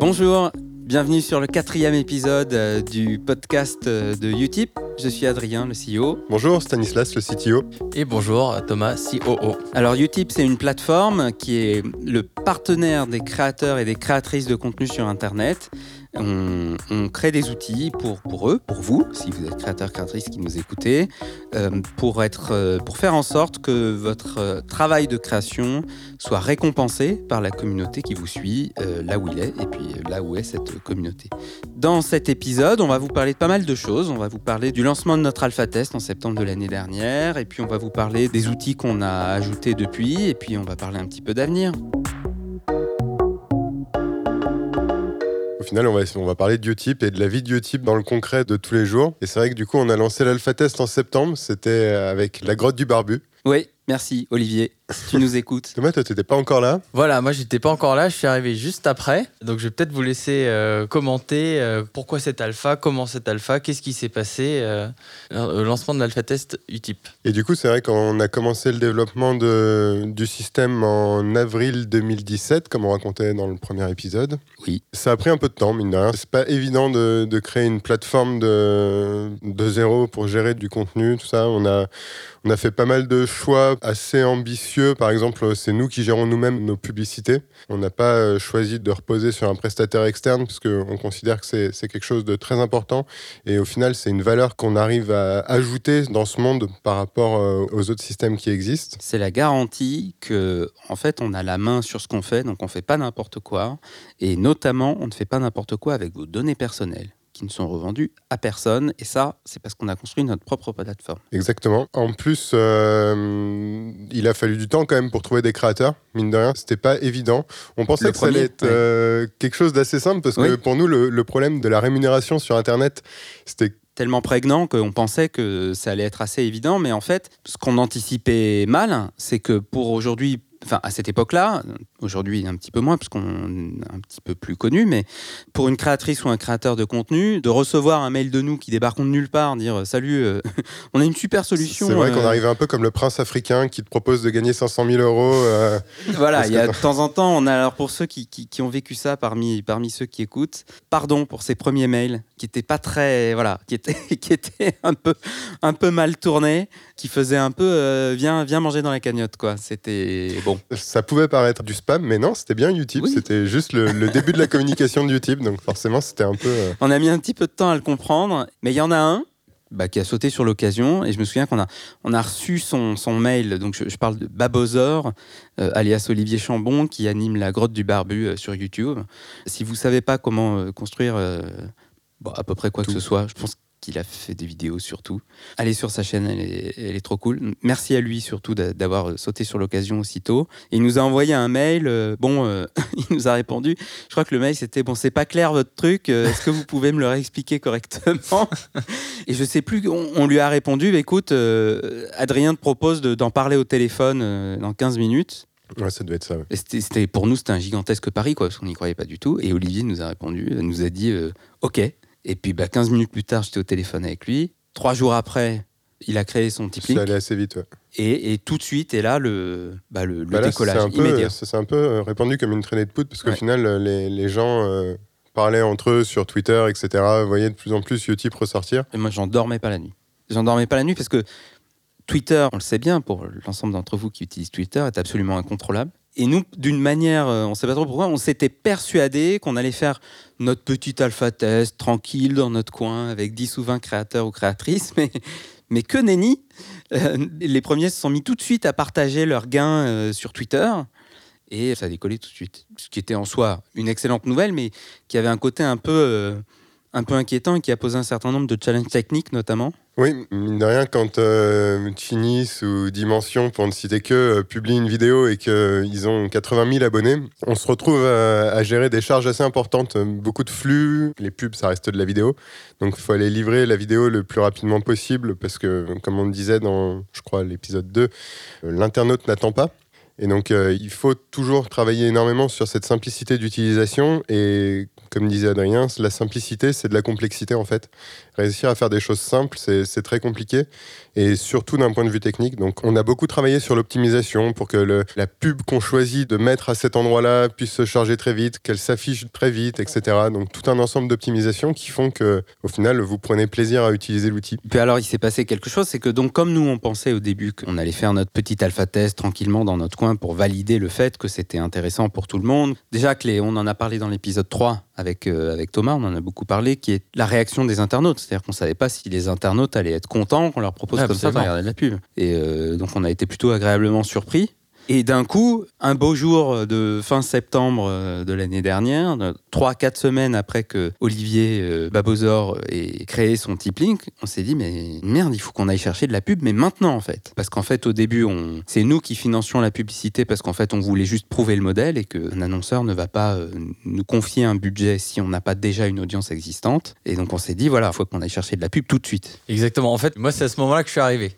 Bonjour, bienvenue sur le 4e épisode du podcast de Utip. Je suis Adrien, le CEO. Bonjour, Stanislas, le CTO. Et bonjour, Thomas, COO. Alors Utip, c'est une plateforme qui est le partenaire des créateurs et des créatrices de contenu sur Internet. On crée des outils pour eux, pour vous, si vous êtes créateur, créatrice qui nous écoutez, pour faire en sorte que votre travail de création soit récompensé par la communauté qui vous suit là où il est et puis là où est cette communauté. Dans cet épisode, on va vous parler de pas mal de choses. On va vous parler du lancement de notre alpha test en septembre de l'année dernière et puis on va vous parler des outils qu'on a ajoutés depuis et puis on va parler un petit peu d'avenir. Au final, on va parler de Utip et de la vie de Utip dans le concret de tous les jours. Et c'est vrai que du coup, on a lancé l'alpha test en septembre. C'était avec la grotte du barbu. Oui, merci Olivier, si tu nous écoutes. Thomas, toi, t'étais pas encore là. Voilà, moi j'étais pas encore là, je suis arrivé juste après. Donc je vais peut-être vous laisser commenter pourquoi cet alpha, comment cet alpha, qu'est-ce qui s'est passé au lancement de l'alpha test Utip. Et du coup, c'est vrai qu'on a commencé le développement du système en avril 2017, comme on racontait dans le premier épisode. Oui. Ça a pris un peu de temps, mine de rien. C'est pas évident de créer une plateforme de zéro pour gérer du contenu, tout ça. On a fait pas mal de choix assez ambitieux. Par exemple, c'est nous qui gérons nous-mêmes nos publicités. On n'a pas choisi de reposer sur un prestataire externe parce qu'on considère que c'est quelque chose de très important. Et au final, c'est une valeur qu'on arrive à ajouter dans ce monde par rapport aux autres systèmes qui existent. C'est la garantie que, en fait, on a la main sur ce qu'on fait, donc on ne fait pas n'importe quoi. Et notamment, on ne fait pas n'importe quoi avec vos données personnelles qui ne sont revendues à personne. Et ça, c'est parce qu'on a construit notre propre plateforme. Exactement. En plus, il a fallu du temps quand même pour trouver des créateurs. Mine de rien, c'était pas évident. On pensait que ça allait être quelque chose d'assez simple parce que pour nous, le problème de la rémunération sur Internet, c'était tellement prégnant qu'on pensait que ça allait être assez évident. Mais en fait, ce qu'on anticipait mal, c'est que pour aujourd'hui, enfin à cette époque-là, aujourd'hui un petit peu moins parce qu'on est un petit peu plus connu, mais pour une créatrice ou un créateur de contenu, de recevoir un mail de nous qui débarque de nulle part, dire salut, on a une super solution. C'est vrai qu'on arrive un peu comme le prince africain qui te propose de gagner 500 000 €. Voilà, il y a de temps en temps, alors pour ceux qui ont vécu ça parmi ceux qui écoutent, pardon pour ces premiers mails qui étaient pas très, voilà, qui étaient un peu mal tournés, qui faisaient un peu viens manger dans la cagnotte quoi. C'était bon. Ça pouvait paraître du spam, mais non, c'était bien Utip. Oui. C'était juste le début de la communication de Utip, donc forcément c'était un peu. On a mis un petit peu de temps à le comprendre, mais il y en a un qui a sauté sur l'occasion, et je me souviens qu'on a reçu son mail, donc je parle de Babozor, alias Olivier Chambon, qui anime la grotte du barbu sur YouTube. Si vous ne savez pas comment construire à peu près quoi que ce soit, je pense qu'il a fait des vidéos surtout. Allez sur sa chaîne, elle est trop cool. Merci à lui surtout d'avoir sauté sur l'occasion aussitôt. Et il nous a envoyé un mail, il nous a répondu, je crois que le mail c'était « c'est pas clair votre truc, est-ce que vous pouvez me le réexpliquer correctement ?» Et je sais plus, on lui a répondu « Écoute, Adrien te propose d'en parler au téléphone dans 15 minutes. » Ouais, ça devait être ça. Ouais. Pour nous, c'était un gigantesque pari, quoi, parce qu'on n'y croyait pas du tout. Et Olivier nous a répondu, nous a dit « Ok ». Et puis 15 minutes plus tard, j'étais au téléphone avec lui. 3 jours après, il a créé son petit link. Ça allait assez vite, ouais. Et tout de suite, est là le décollage immédiat. C'est un peu répandu comme une traînée de poudre, parce qu'au final, les gens parlaient entre eux sur Twitter, etc. Voyaient de plus en plus Utip ressortir. Et moi, j'en dormais pas la nuit. J'en dormais pas la nuit parce que Twitter, on le sait bien, pour l'ensemble d'entre vous qui utilisent Twitter, est absolument incontrôlable. Et nous, d'une manière, on ne sait pas trop pourquoi, on s'était persuadé qu'on allait faire notre petit alpha test tranquille dans notre coin avec 10 ou 20 créateurs ou créatrices, mais que nenni, les premiers se sont mis tout de suite à partager leurs gains sur Twitter et ça a décollé tout de suite. Ce qui était en soi une excellente nouvelle, mais qui avait un côté un peu inquiétant et qui a posé un certain nombre de challenges techniques notamment. Oui, mine de rien, quand Chinis ou Dimension, pour ne citer que, publient une vidéo et qu'ils ont 80 000 abonnés, on se retrouve à gérer des charges assez importantes, beaucoup de flux, les pubs, ça reste de la vidéo, donc il faut aller livrer la vidéo le plus rapidement possible, parce que, comme on le disait dans, je crois, l'épisode 2, l'internaute n'attend pas. Et donc, il faut toujours travailler énormément sur cette simplicité d'utilisation. Et comme disait Adrien, la simplicité, c'est de la complexité en fait. Réussir à faire des choses simples, c'est très compliqué. Et surtout d'un point de vue technique. Donc, on a beaucoup travaillé sur l'optimisation pour que la pub qu'on choisit de mettre à cet endroit-là puisse se charger très vite, qu'elle s'affiche très vite, etc. Donc, tout un ensemble d'optimisations qui font que, au final, vous prenez plaisir à utiliser l'outil. Puis alors, il s'est passé quelque chose, c'est que donc, comme nous, on pensait au début qu'on allait faire notre petit alpha test tranquillement dans notre coin pour valider le fait que c'était intéressant pour tout le monde. Déjà, on en a parlé dans l'épisode 3 avec Thomas, on en a beaucoup parlé, qui est la réaction des internautes. C'est-à-dire qu'on ne savait pas si les internautes allaient être contents qu'on leur propose comme ça de regarder de la pub. Et donc, on a été plutôt agréablement surpris. Et d'un coup, un beau jour de fin septembre de l'année dernière, 3-4 semaines après que Olivier Babozor ait créé son Tiplink, on s'est dit, mais merde, il faut qu'on aille chercher de la pub, mais maintenant en fait. Parce qu'en fait, au début, c'est nous qui financions la publicité parce qu'en fait, on voulait juste prouver le modèle et qu'un annonceur ne va pas nous confier un budget si on n'a pas déjà une audience existante. Et donc, on s'est dit, voilà, il faut qu'on aille chercher de la pub tout de suite. Exactement. En fait, moi, c'est à ce moment-là que je suis arrivé.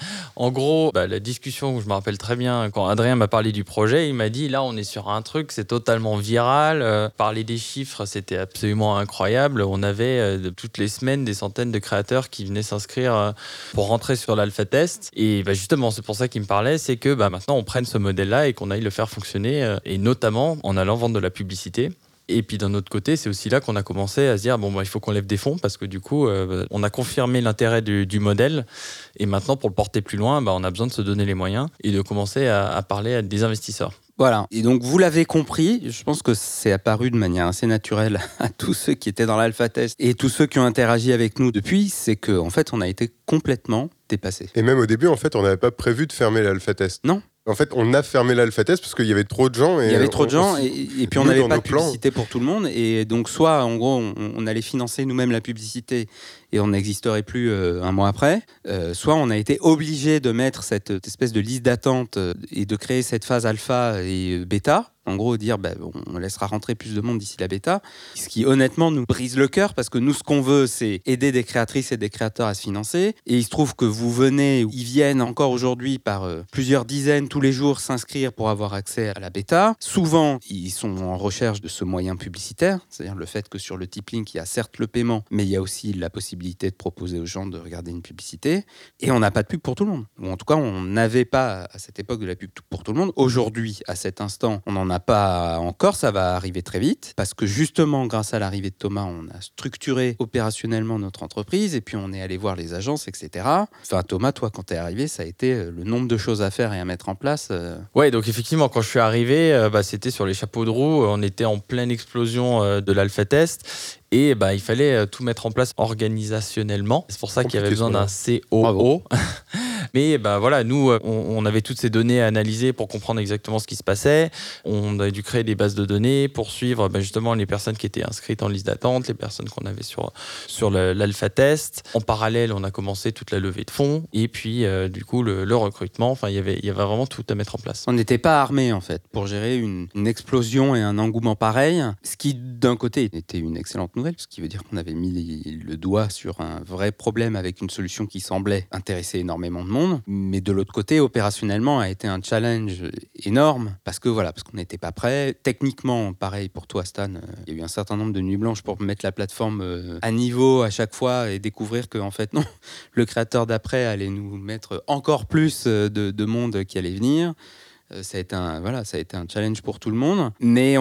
En gros, la discussion, je me rappelle très bien, quand Adrien m'a parlé du projet, il m'a dit, là, on est sur un truc, c'est totalement viral. Parler des chiffres, c'était absolument incroyable. On avait toutes les semaines des centaines de créateurs qui venaient s'inscrire pour rentrer sur l'alpha test. Et justement, c'est pour ça qu'il me parlait, c'est que maintenant, on prenne ce modèle-là et qu'on aille le faire fonctionner, et notamment en allant vendre de la publicité. Et puis d'un autre côté, c'est aussi là qu'on a commencé à se dire il faut qu'on lève des fonds parce que du coup, on a confirmé l'intérêt du modèle. Et maintenant, pour le porter plus loin, on a besoin de se donner les moyens et de commencer à parler à des investisseurs. Voilà. Et donc, vous l'avez compris, je pense que c'est apparu de manière assez naturelle à tous ceux qui étaient dans l'alpha test et tous ceux qui ont interagi avec nous depuis, c'est qu'en fait, on a été complètement dépassés. Et même au début, en fait, on n'avait pas prévu de fermer l'alpha test. Non. En fait, on a fermé l'alpha test parce qu'il y avait trop de gens. Il y avait trop de gens et puis on n'avait pas de publicité pour tout le monde. Et donc, soit, en gros, on allait financer nous-mêmes la publicité et on n'existerait plus un mois après. Soit on a été obligé de mettre cette espèce de liste d'attente et de créer cette phase alpha et bêta. En gros, dire on laissera rentrer plus de monde d'ici la bêta. Ce qui, honnêtement, nous brise le cœur parce que nous, ce qu'on veut, c'est aider des créatrices et des créateurs à se financer. Et il se trouve que ils viennent encore aujourd'hui par plusieurs dizaines tous les jours s'inscrire pour avoir accès à la bêta. Souvent, ils sont en recherche de ce moyen publicitaire, c'est-à-dire le fait que sur le Tiplink, il y a certes le paiement, mais il y a aussi la possibilité de proposer aux gens de regarder une publicité. Et on n'a pas de pub pour tout le monde. Ou en tout cas, on n'avait pas à cette époque de la pub pour tout le monde. Aujourd'hui, à cet instant, on n'en a pas encore, ça va arriver très vite, parce que justement, grâce à l'arrivée de Thomas, on a structuré opérationnellement notre entreprise, et puis on est allé voir les agences, etc. Enfin, Thomas, toi, quand tu es arrivé, ça a été le nombre de choses à faire et à mettre en place. Ouais, donc effectivement, quand je suis arrivé, c'était sur les chapeaux de roue, on était en pleine explosion de l'alpha test, et il fallait tout mettre en place organisationnellement. C'est pour ça qu'il y avait besoin d'un COO. Mais voilà, nous, on avait toutes ces données à analyser pour comprendre exactement ce qui se passait. On a dû créer des bases de données pour suivre justement les personnes qui étaient inscrites en liste d'attente, les personnes qu'on avait sur l'alpha test. En parallèle, on a commencé toute la levée de fonds et puis du coup le recrutement. Enfin, il y avait vraiment tout à mettre en place. On n'était pas armés en fait pour gérer une explosion et un engouement pareil. Ce qui, d'un côté, était une excellente nouvelle, ce qui veut dire qu'on avait mis le doigt sur un vrai problème avec une solution qui semblait intéresser énormément de monde. Mais de l'autre côté, opérationnellement, a été un challenge énorme parce qu'on n'était pas prêt. Techniquement, pareil pour toi, Stan, il y a eu un certain nombre de nuits blanches pour mettre la plateforme à niveau à chaque fois et découvrir que, en fait, non, le créateur d'après allait nous mettre encore plus de monde qui allait venir. Ça a été un challenge pour tout le monde, mais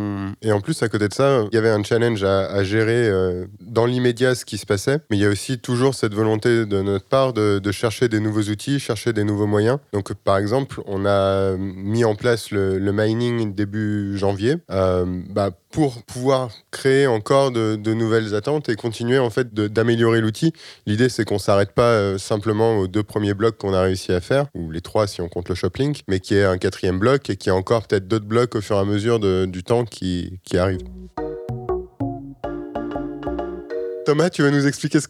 Et en plus, à côté de ça, il y avait un challenge à gérer dans l'immédiat ce qui se passait, mais il y a aussi toujours cette volonté de notre part de chercher des nouveaux outils, chercher des nouveaux moyens. Donc, par exemple, on a mis en place le mining début janvier pour pouvoir créer encore de nouvelles attentes et continuer en fait d'améliorer l'outil. L'idée, c'est qu'on ne s'arrête pas simplement aux 2 premiers blocs qu'on a réussi à faire, ou les 3 si on compte le Shoplink, mais qui est un 4e bloc et qui a encore peut-être d'autres blocs au fur et à mesure du temps qui arrivent. Thomas, tu veux nous expliquer ce que c'est le mining ?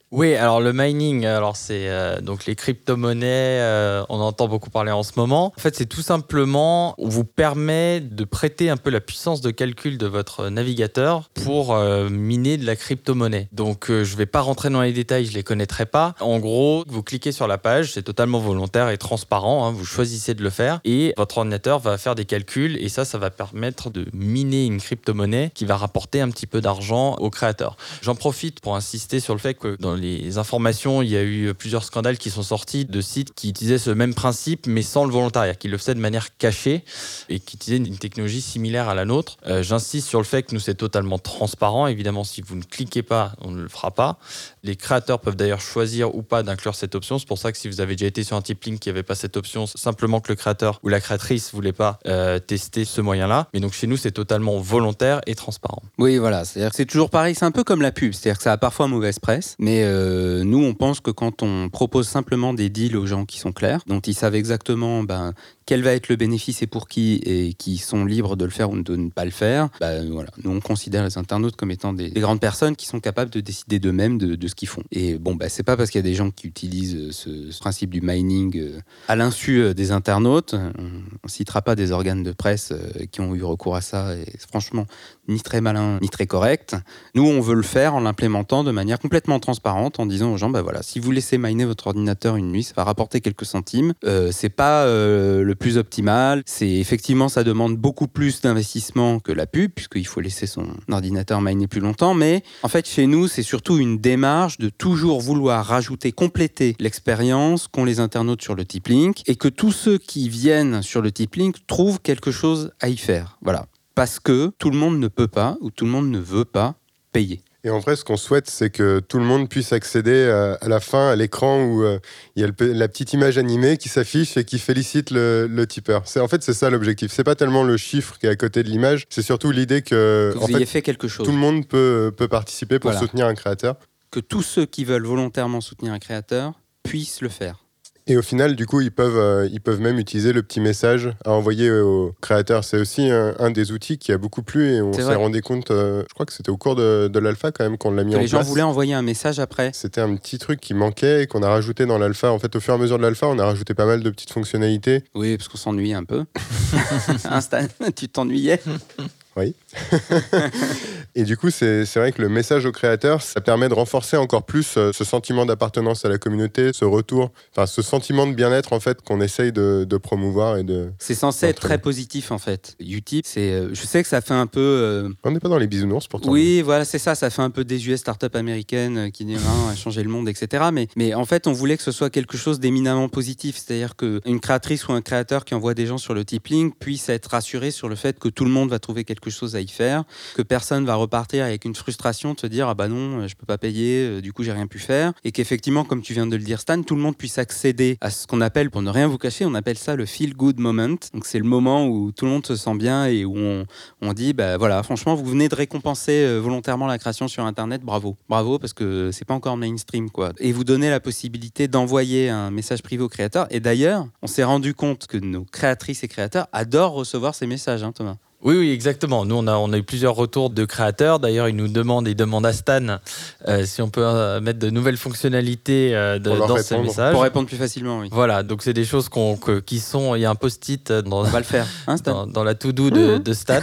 Oui, alors le mining, alors c'est donc les crypto-monnaies, on entend beaucoup parler en ce moment. En fait, c'est tout simplement, on vous permet de prêter un peu la puissance de calcul de votre navigateur pour miner de la crypto-monnaie. Donc, je vais pas rentrer dans les détails, je les connaîtrai pas. En gros, vous cliquez sur la page, c'est totalement volontaire et transparent, hein, vous choisissez de le faire et votre ordinateur va faire des calculs et ça va permettre de miner une crypto-monnaie qui va rapporter un petit peu d'argent au créateur. J'en profite pour insister sur le fait que dans les informations, il y a eu plusieurs scandales qui sont sortis de sites qui utilisaient ce même principe, mais sans le volontariat, qui le faisaient de manière cachée et qui utilisaient une technologie similaire à la nôtre. J'insiste sur le fait que nous, c'est totalement transparent. Évidemment, si vous ne cliquez pas, on ne le fera pas. Les créateurs peuvent d'ailleurs choisir ou pas d'inclure cette option. C'est pour ça que si vous avez déjà été sur un Tiplink qui n'avait pas cette option, simplement que le créateur ou la créatrice ne voulait pas tester ce moyen-là. Mais donc, chez nous, c'est totalement volontaire et transparent. Oui, voilà. C'est-à-dire que c'est toujours pareil. C'est un peu comme la pub. C'est-à-dire que ça a parfois mauvaise presse. Mais nous, on pense que quand on propose simplement des deals aux gens qui sont clairs, dont ils savent exactement quel va être le bénéfice et pour qui, et qui sont libres de le faire ou de ne pas le faire, voilà. Nous, on considère les internautes comme étant des grandes personnes qui sont capables de décider d'eux-mêmes de ce qu'ils font. Et c'est pas parce qu'il y a des gens qui utilisent ce principe du mining à l'insu des internautes. On citera pas des organes de presse qui ont eu recours à ça, et franchement, ni très malin, ni très correct. Nous, on veut le faire en l'implémentant de manière complètement transparente, en disant aux gens, voilà, si vous laissez miner votre ordinateur une nuit, ça va rapporter quelques centimes. C'est pas le plus optimal. Effectivement, ça demande beaucoup plus d'investissement que la pub, puisqu'il faut laisser son ordinateur miner plus longtemps. Mais en fait, chez nous, c'est surtout une démarche de toujours vouloir rajouter, compléter l'expérience qu'ont les internautes sur le Tiplink, et que tous ceux qui viennent sur le Tiplink trouvent quelque chose à y faire. Voilà. Parce que tout le monde ne peut pas, ou tout le monde ne veut pas payer. Et en vrai, ce qu'on souhaite, c'est que tout le monde puisse accéder à la fin, à l'écran où il y a la petite image animée qui s'affiche et qui félicite le tipeur. C'est ça l'objectif. C'est pas tellement le chiffre qui est à côté de l'image, c'est surtout l'idée que vous ayez fait quelque chose. Tout le monde peut participer pour soutenir un créateur. Que tous ceux qui veulent volontairement soutenir un créateur puissent le faire. Et au final, du coup, ils peuvent même utiliser le petit message à envoyer aux créateurs. C'est aussi un des outils qui a beaucoup plu et on s'est rendu compte, je crois que c'était au cours de l'alpha quand même qu'on l'a mis en place. Les gens voulaient envoyer un message après. C'était un petit truc qui manquait et qu'on a rajouté dans l'alpha. En fait, au fur et à mesure de l'alpha, on a rajouté pas mal de petites fonctionnalités. Oui, parce qu'on s'ennuyait un peu. Instant, tu t'ennuyais. Oui. Et du coup, c'est vrai que le message au créateur, ça permet de renforcer encore plus ce sentiment d'appartenance à la communauté, ce retour, ce sentiment de bien-être en fait qu'on essaye de promouvoir et de. C'est censé être très positif en fait. Utip, je sais que ça fait un peu. On n'est pas dans les bisounours pourtant. Oui, voilà, c'est ça. Ça fait un peu désuet start-up américaine qui dit à changer le monde, etc. Mais en fait, on voulait que ce soit quelque chose d'éminemment positif, c'est-à-dire qu'une créatrice ou un créateur qui envoie des gens sur le Tiplink puisse être rassuré sur le fait que tout le monde va trouver quelque chose à y faire, que personne va repartir avec une frustration de se dire non, je peux pas payer, du coup j'ai rien pu faire, et qu'effectivement, comme tu viens de le dire Stan, tout le monde puisse accéder à ce qu'on appelle, pour ne rien vous cacher, on appelle ça le feel good moment. Donc c'est le moment où tout le monde se sent bien et où on dit voilà, franchement vous venez de récompenser volontairement la création sur internet, bravo parce que c'est pas encore mainstream quoi. Et vous donnez la possibilité d'envoyer un message privé au créateur. Et d'ailleurs, on s'est rendu compte que nos créatrices et créateurs adorent recevoir ces messages, Thomas. Oui, exactement. Nous, on a eu plusieurs retours de créateurs. D'ailleurs, ils demandent à Stan si on peut mettre de nouvelles fonctionnalités dans ces messages. Pour répondre plus facilement, oui. Voilà, donc c'est des choses qui sont... Il y a un post-it on va le faire, hein, Stan dans la to-do de Stan.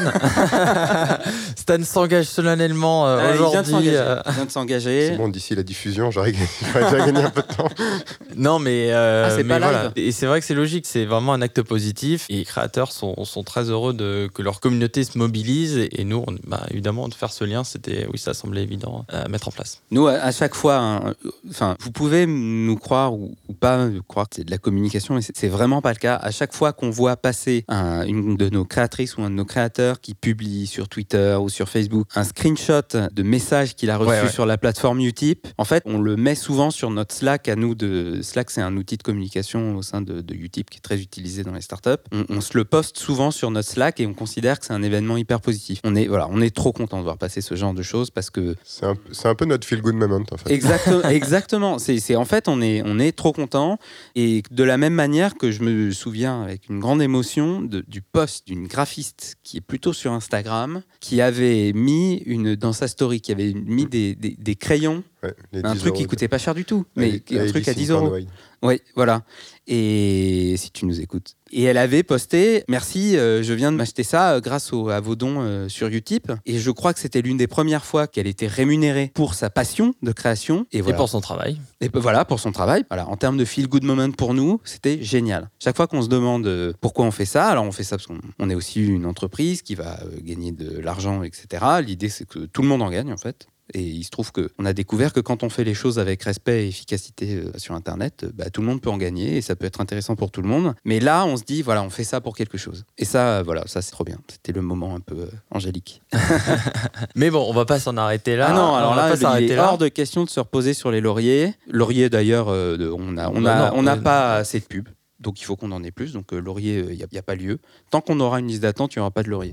Stan s'engage solennellement aujourd'hui. Il vient de s'engager. C'est bon, d'ici la diffusion, j'aurais déjà gagné un peu de temps. Non, mais... c'est pas voilà. live. Et c'est vrai que c'est logique, c'est vraiment un acte positif. Et les créateurs sont très heureux que leur communauté se mobilise et nous, évidemment, de faire ce lien, ça semblait évident à mettre en place. Nous, à chaque fois, vous pouvez nous croire ou pas croire que c'est de la communication, mais c'est vraiment pas le cas. À chaque fois qu'on voit passer une de nos créatrices ou un de nos créateurs qui publie sur Twitter ou sur Facebook un screenshot de message qu'il a reçu sur la plateforme Utip, en fait, on le met souvent sur notre Slack à nous. Slack, c'est un outil de communication au sein de Utip qui est très utilisé dans les startups. On se le poste souvent sur notre Slack et on considère que c'est un événement hyper positif. On est trop content de voir passer ce genre de choses parce que c'est un peu notre feel good moment en fait. Exactement. C'est en fait on est trop content, et de la même manière que je me souviens avec une grande émotion du post d'une graphiste qui est plutôt sur Instagram, qui avait mis dans sa story, qui avait mis des crayons Ouais, les Un 10 truc qui euros coûtait pas cher du tout, mais de- un truc à Alice in 10 euros. Cornouailles. Oui, voilà. Et si tu nous écoutes. Et elle avait posté, merci, je viens de m'acheter ça grâce à vos dons sur Utip. Et je crois que c'était l'une des premières fois qu'elle était rémunérée pour sa passion de création. Et Et voilà. pour son travail. Et voilà, pour son travail. Voilà, en termes de feel good moment pour nous, c'était génial. Chaque fois qu'on se demande pourquoi on fait ça, alors on fait ça parce qu'on est aussi une entreprise qui va gagner de l'argent, etc. L'idée, c'est que tout le monde en gagne, en fait. Et il se trouve qu'on a découvert que quand on fait les choses avec respect et efficacité sur Internet, tout le monde peut en gagner et ça peut être intéressant pour tout le monde. Mais là, on se dit, voilà, on fait ça pour quelque chose. Et ça, voilà, ça c'est trop bien. C'était le moment un peu angélique. Mais bon, on va pas s'en arrêter là. Ah non, alors on va là, pas il s'arrêter est là. hors de question de se reposer sur les lauriers. Laurier d'ailleurs, on n'a pas assez de pubs. Donc il faut qu'on en ait plus. Donc laurier, il n'y a pas lieu. Tant qu'on aura une liste d'attente, il n'y aura pas de laurier.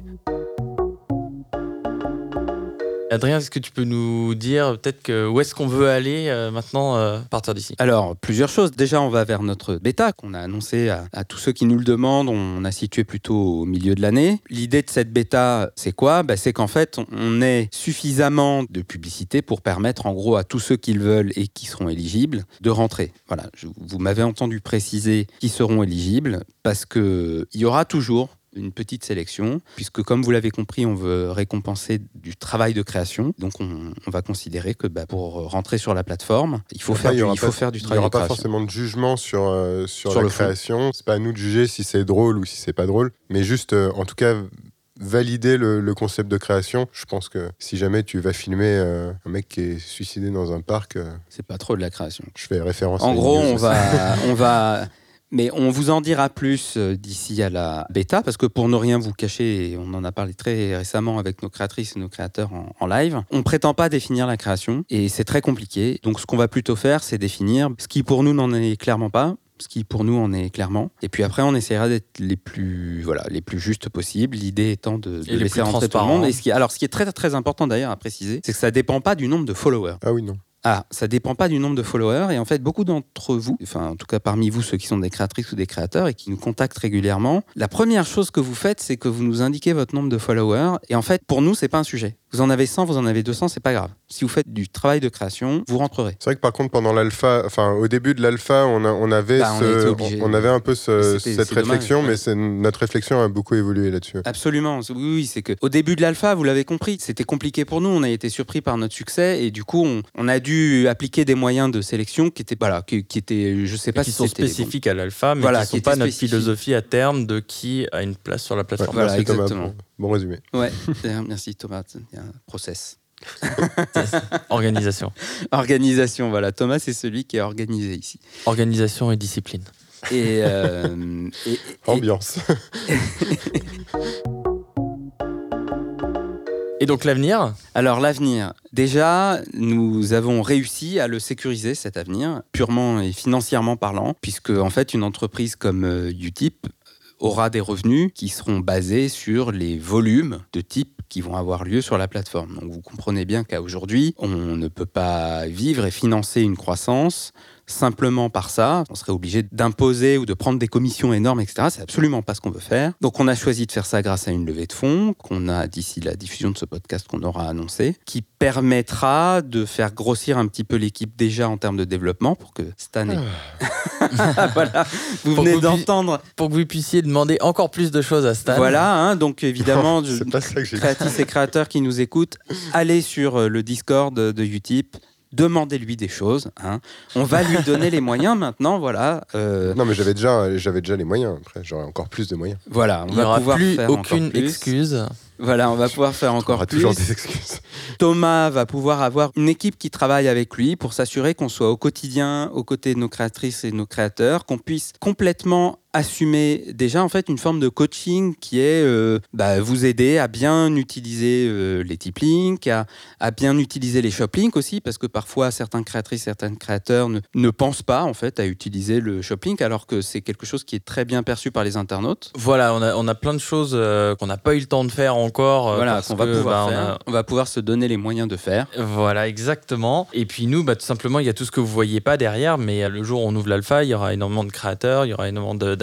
Adrien, est-ce que tu peux nous dire peut-être où est-ce qu'on veut aller maintenant à partir d'ici? Alors, plusieurs choses. Déjà, on va vers notre bêta qu'on a annoncé à tous ceux qui nous le demandent. On a situé plutôt au milieu de l'année. L'idée de cette bêta, c'est quoi ? C'est qu'en fait, on ait suffisamment de publicité pour permettre, en gros, à tous ceux qui le veulent et qui seront éligibles, de rentrer. Voilà, vous m'avez entendu préciser qui seront éligibles parce qu'il y aura toujours une petite sélection, puisque comme vous l'avez compris, on veut récompenser du travail de création. Donc on va considérer que pour rentrer sur la plateforme, il faut faire du travail de création. Il n'y aura pas forcément de jugement sur la création. C'est pas à nous de juger si c'est drôle ou si c'est pas drôle, mais juste, en tout cas, valider le concept de création. Je pense que si jamais tu vas filmer un mec qui est suicidé dans un parc... c'est pas trop de la création. Je fais référence en à gros, on va... Mais on vous en dira plus d'ici à la bêta, parce que pour ne rien vous cacher, et on en a parlé très récemment avec nos créatrices et nos créateurs en live, on ne prétend pas définir la création, et c'est très compliqué. Donc ce qu'on va plutôt faire, c'est définir ce qui pour nous n'en est clairement pas, ce qui pour nous en est clairement. Et puis après, on essaiera d'être les plus justes possibles, l'idée étant de laisser rentrer tout le monde. Et ce qui est très très important d'ailleurs à préciser, c'est que ça ne dépend pas du nombre de followers. Ah oui, non. Ah, ça dépend pas du nombre de followers. Et en fait, beaucoup d'entre vous, enfin, en tout cas parmi vous, ceux qui sont des créatrices ou des créateurs et qui nous contactent régulièrement, la première chose que vous faites, c'est que vous nous indiquez votre nombre de followers. Et en fait, pour nous, c'est pas un sujet. Vous en avez 100, vous en avez 200, c'est pas grave. Si vous faites du travail de création, vous rentrerez. C'est vrai que par contre, pendant l'alpha, enfin, au début de l'alpha, on avait un peu cette réflexion, dommage, mais notre réflexion a beaucoup évolué là-dessus. Absolument. Oui, c'est que au début de l'alpha, vous l'avez compris, c'était compliqué pour nous. On a été surpris par notre succès et du coup, on a dû appliquer des moyens de sélection qui étaient, je sais pas qui si sont c'était spécifiques à l'alpha, mais qui ne sont pas notre philosophie à terme de qui a une place sur la plateforme. Voilà, merci exactement. Thomas, bon résumé. Ouais, merci Thomas. Il y a un process. Organisation. Organisation, voilà. Thomas, c'est celui qui est organisé ici. Organisation et discipline. Et ambiance. Et donc l'avenir ? Alors l'avenir, déjà, nous avons réussi à le sécuriser, cet avenir, purement et financièrement parlant, puisque en fait, une entreprise comme Utip aura des revenus qui seront basés sur les volumes de type qui vont avoir lieu sur la plateforme. Donc vous comprenez bien qu'à aujourd'hui, on ne peut pas vivre et financer une croissance simplement par ça. On serait obligé d'imposer ou de prendre des commissions énormes, etc. C'est absolument pas ce qu'on veut faire. Donc on a choisi de faire ça grâce à une levée de fonds qu'on a d'ici la diffusion de ce podcast qu'on aura annoncé, qui permettra de faire grossir un petit peu l'équipe déjà en termes de développement pour que cette année... voilà, vous venez d'entendre... Pour que vous puissiez demander encore plus de choses à Stan. Voilà, donc évidemment, créatrices et créateurs qui nous écoutent, allez sur le Discord de Utip, demandez-lui des choses. On va lui donner les moyens maintenant, voilà. Non, mais j'avais déjà les moyens. Après, j'aurai encore plus de moyens. Voilà, il n'y aura plus aucune excuse. Voilà, on va pouvoir faire encore plus. Toujours des excuses. Thomas va pouvoir avoir une équipe qui travaille avec lui pour s'assurer qu'on soit au quotidien aux côtés de nos créatrices et de nos créateurs, qu'on puisse complètement assumer déjà en fait une forme de coaching qui est vous aider à bien utiliser les tip links, à bien utiliser les shop links aussi, parce que parfois certaines créatrices, certains créateurs ne pensent pas en fait à utiliser le shop link alors que c'est quelque chose qui est très bien perçu par les internautes. Voilà, on a plein de choses qu'on n'a pas eu le temps de faire encore. Voilà, qu'on va pouvoir faire. On va pouvoir se donner les moyens de faire. Voilà, exactement. Et puis nous, tout simplement, il y a tout ce que vous voyez pas derrière, mais le jour où on ouvre l'alpha, il y aura énormément de créateurs, il y aura énormément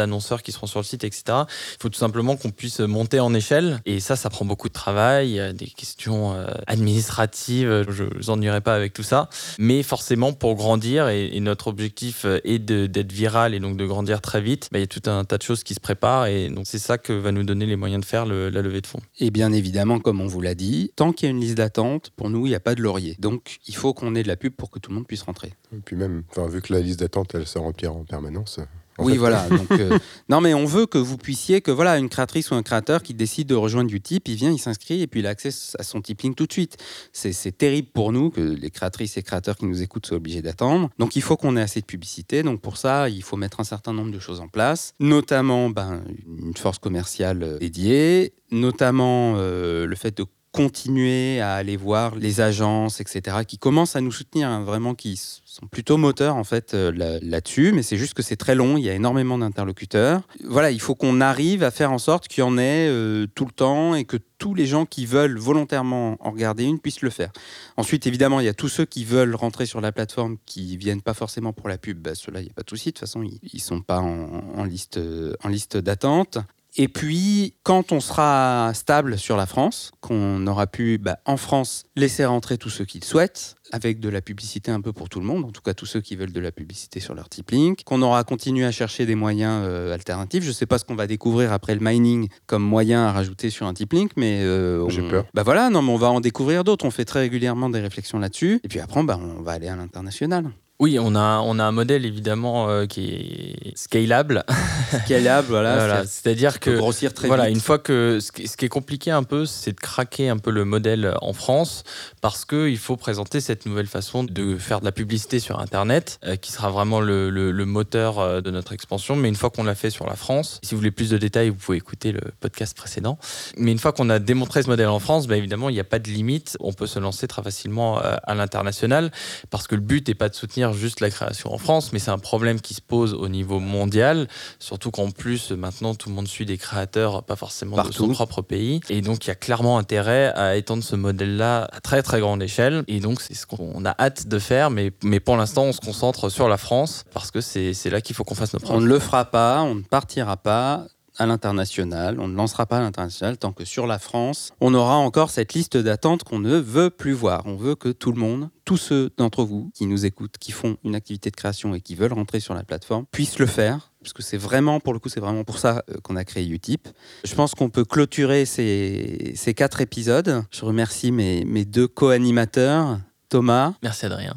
d'annonceurs qui seront sur le site, etc. Il faut tout simplement qu'on puisse monter en échelle. Et ça prend beaucoup de travail. Il y a des questions administratives. Je ne vous ennuierai pas avec tout ça. Mais forcément, pour grandir, et notre objectif est d'être viral et donc de grandir très vite, il y a tout un tas de choses qui se préparent. Et donc, c'est ça que va nous donner les moyens de faire la levée de fonds. Et bien évidemment, comme on vous l'a dit, tant qu'il y a une liste d'attente, pour nous, il n'y a pas de laurier. Donc, il faut qu'on ait de la pub pour que tout le monde puisse rentrer. Et puis même, vu que la liste d'attente, elle se remplit en permanence. Oui, voilà. Donc, non, mais on veut que vous puissiez, que voilà, une créatrice ou un créateur qui décide de rejoindre Utip, il vient, il s'inscrit et puis il a accès à son Tip Link tout de suite. C'est terrible pour nous que les créatrices et créateurs qui nous écoutent soient obligés d'attendre. Donc, il faut qu'on ait assez de publicité. Donc, pour ça, il faut mettre un certain nombre de choses en place, notamment une force commerciale dédiée, notamment le fait de continuer à aller voir les agences, etc., qui commencent à nous soutenir, vraiment, qui sont plutôt moteurs, en fait, là-dessus. Mais c'est juste que c'est très long, il y a énormément d'interlocuteurs. Voilà, il faut qu'on arrive à faire en sorte qu'il y en ait tout le temps et que tous les gens qui veulent volontairement en regarder une puissent le faire. Ensuite, évidemment, il y a tous ceux qui veulent rentrer sur la plateforme qui viennent pas forcément pour la pub. Ceux-là, il n'y a pas de souci. De toute façon, ils sont pas en liste d'attente. Et puis, quand on sera stable sur la France, qu'on aura pu, en France, laisser rentrer tous ceux qui le souhaitent, avec de la publicité un peu pour tout le monde, en tout cas tous ceux qui veulent de la publicité sur leur Tip Link, qu'on aura continué à chercher des moyens alternatifs. Je ne sais pas ce qu'on va découvrir après le mining comme moyen à rajouter sur un Tip Link, mais j'ai peur. Voilà, non, mais on va en découvrir d'autres. On fait très régulièrement des réflexions là-dessus. Et puis après, on va aller à l'international. Oui, on a un modèle évidemment qui est scalable. Scalable, voilà. C'est-à-dire que grossir très vite. Une fois que ce qui est compliqué un peu, c'est de craquer un peu le modèle en France, parce qu'il faut présenter cette nouvelle façon de faire de la publicité sur Internet, qui sera vraiment le moteur de notre expansion. Mais une fois qu'on l'a fait sur la France, si vous voulez plus de détails, vous pouvez écouter le podcast précédent. Mais une fois qu'on a démontré ce modèle en France, évidemment, il n'y a pas de limite. On peut se lancer très facilement à l'international, parce que le but n'est pas de soutenir juste la création en France, mais c'est un problème qui se pose au niveau mondial, surtout qu'en plus maintenant tout le monde suit des créateurs pas forcément de son propre pays, et donc il y a clairement intérêt à étendre ce modèle-là à très très grande échelle, et donc c'est ce qu'on a hâte de faire, mais pour l'instant on se concentre sur la France, parce que c'est là qu'il faut qu'on fasse nos preuves. On ne le fera pas, on ne partira pas à l'international, on ne lancera pas à l'international tant que sur la France, on aura encore cette liste d'attente qu'on ne veut plus voir. On veut que tout le monde, tous ceux d'entre vous qui nous écoutent, qui font une activité de création et qui veulent rentrer sur la plateforme, puissent le faire, parce que c'est vraiment pour ça qu'on a créé Utip. Je pense qu'on peut clôturer ces 4 épisodes. Je remercie mes 2 co-animateurs, Thomas. Merci Adrien.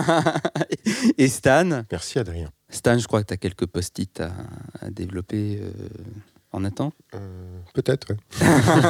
Et Stan. Merci Adrien. Stan, je crois que tu as quelques post-it à développer en attente. Peut-être, oui.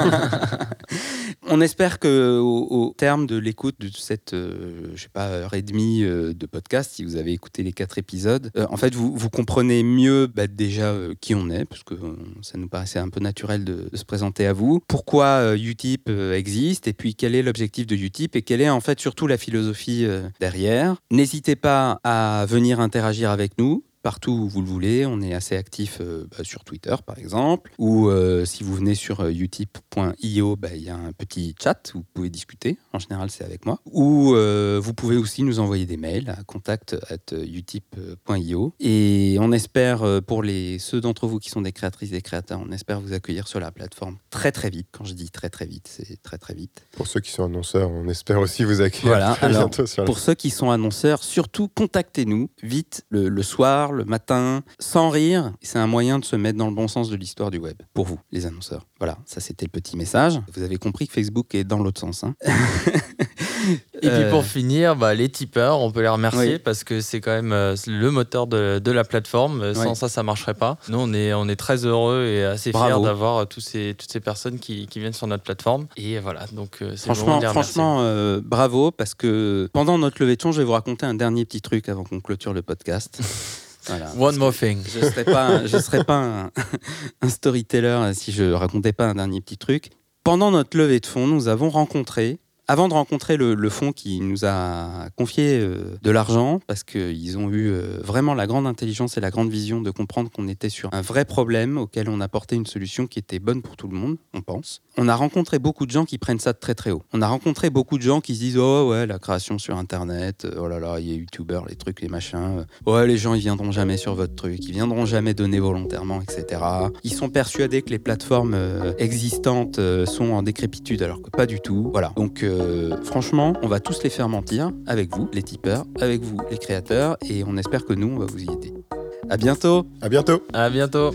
On espère qu'au terme de l'écoute de cette, heure et demie de podcast, si vous avez écouté les 4 épisodes, en fait, vous comprenez mieux déjà qui on est, parce que ça nous paraissait un peu naturel de se présenter à vous. Pourquoi Utip existe, et puis quel est l'objectif de Utip, et quelle est en fait surtout la philosophie derrière. N'hésitez pas à venir interagir avec nous. Partout où vous le voulez, on est assez actif sur Twitter par exemple, ou si vous venez sur utip.io, il y a un petit chat où vous pouvez discuter, en général c'est avec moi, ou vous pouvez aussi nous envoyer des mails à contact@utip.io, et on espère, pour ceux d'entre vous qui sont des créatrices et des créateurs, on espère vous accueillir sur la plateforme très très vite. Quand je dis très très vite, c'est très très vite. Pour ceux qui sont annonceurs, on espère aussi vous accueillir très bientôt sur pour ceux qui sont annonceurs, surtout contactez-nous vite le soir, le matin, sans rire. C'est un moyen de se mettre dans le bon sens de l'histoire du web, pour vous, les annonceurs. Voilà, ça c'était le petit message. Vous avez compris que Facebook est dans l'autre sens. Et puis pour finir, les tipeurs, on peut les remercier, parce que c'est quand même le moteur de la plateforme. Sans ça, ça ne marcherait pas. Nous, on est très heureux et assez fiers d'avoir toutes ces personnes qui viennent sur notre plateforme. Et voilà, donc c'est le moment de les remercier. Franchement, bravo, parce que pendant notre levée de fonds, je vais vous raconter un dernier petit truc avant qu'on clôture le podcast. Voilà, One more thing. Je ne serais pas un storyteller si je ne racontais pas un dernier petit truc. Pendant notre levée de fonds, nous avons rencontré Avant de rencontrer le fonds qui nous a confié de l'argent, parce qu'ils ont eu vraiment la grande intelligence et la grande vision de comprendre qu'on était sur un vrai problème auquel on apportait une solution qui était bonne pour tout le monde, on pense. On a rencontré beaucoup de gens qui prennent ça de très très haut. On a rencontré beaucoup de gens qui se disent « Oh ouais, la création sur Internet, oh là là, il y a youtubeurs, les trucs, les machins. Ouais, les gens, ils viendront jamais sur votre truc, ils viendront jamais donner volontairement, etc. » Ils sont persuadés que les plateformes existantes sont en décrépitude, alors que pas du tout. Voilà. Donc franchement, on va tous les faire mentir, avec vous, les tipeurs, avec vous, les créateurs, et on espère que nous, on va vous y aider. À bientôt. À bientôt. À bientôt.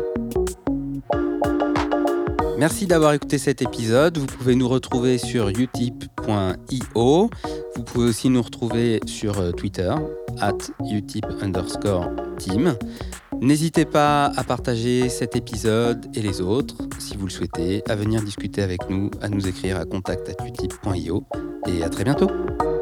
Merci d'avoir écouté cet épisode. Vous pouvez nous retrouver sur utip.io. Vous pouvez aussi nous retrouver sur Twitter, @utip_team. N'hésitez pas à partager cet épisode et les autres, si vous le souhaitez, à venir discuter avec nous, à nous écrire à contact@utip.io. Et à très bientôt.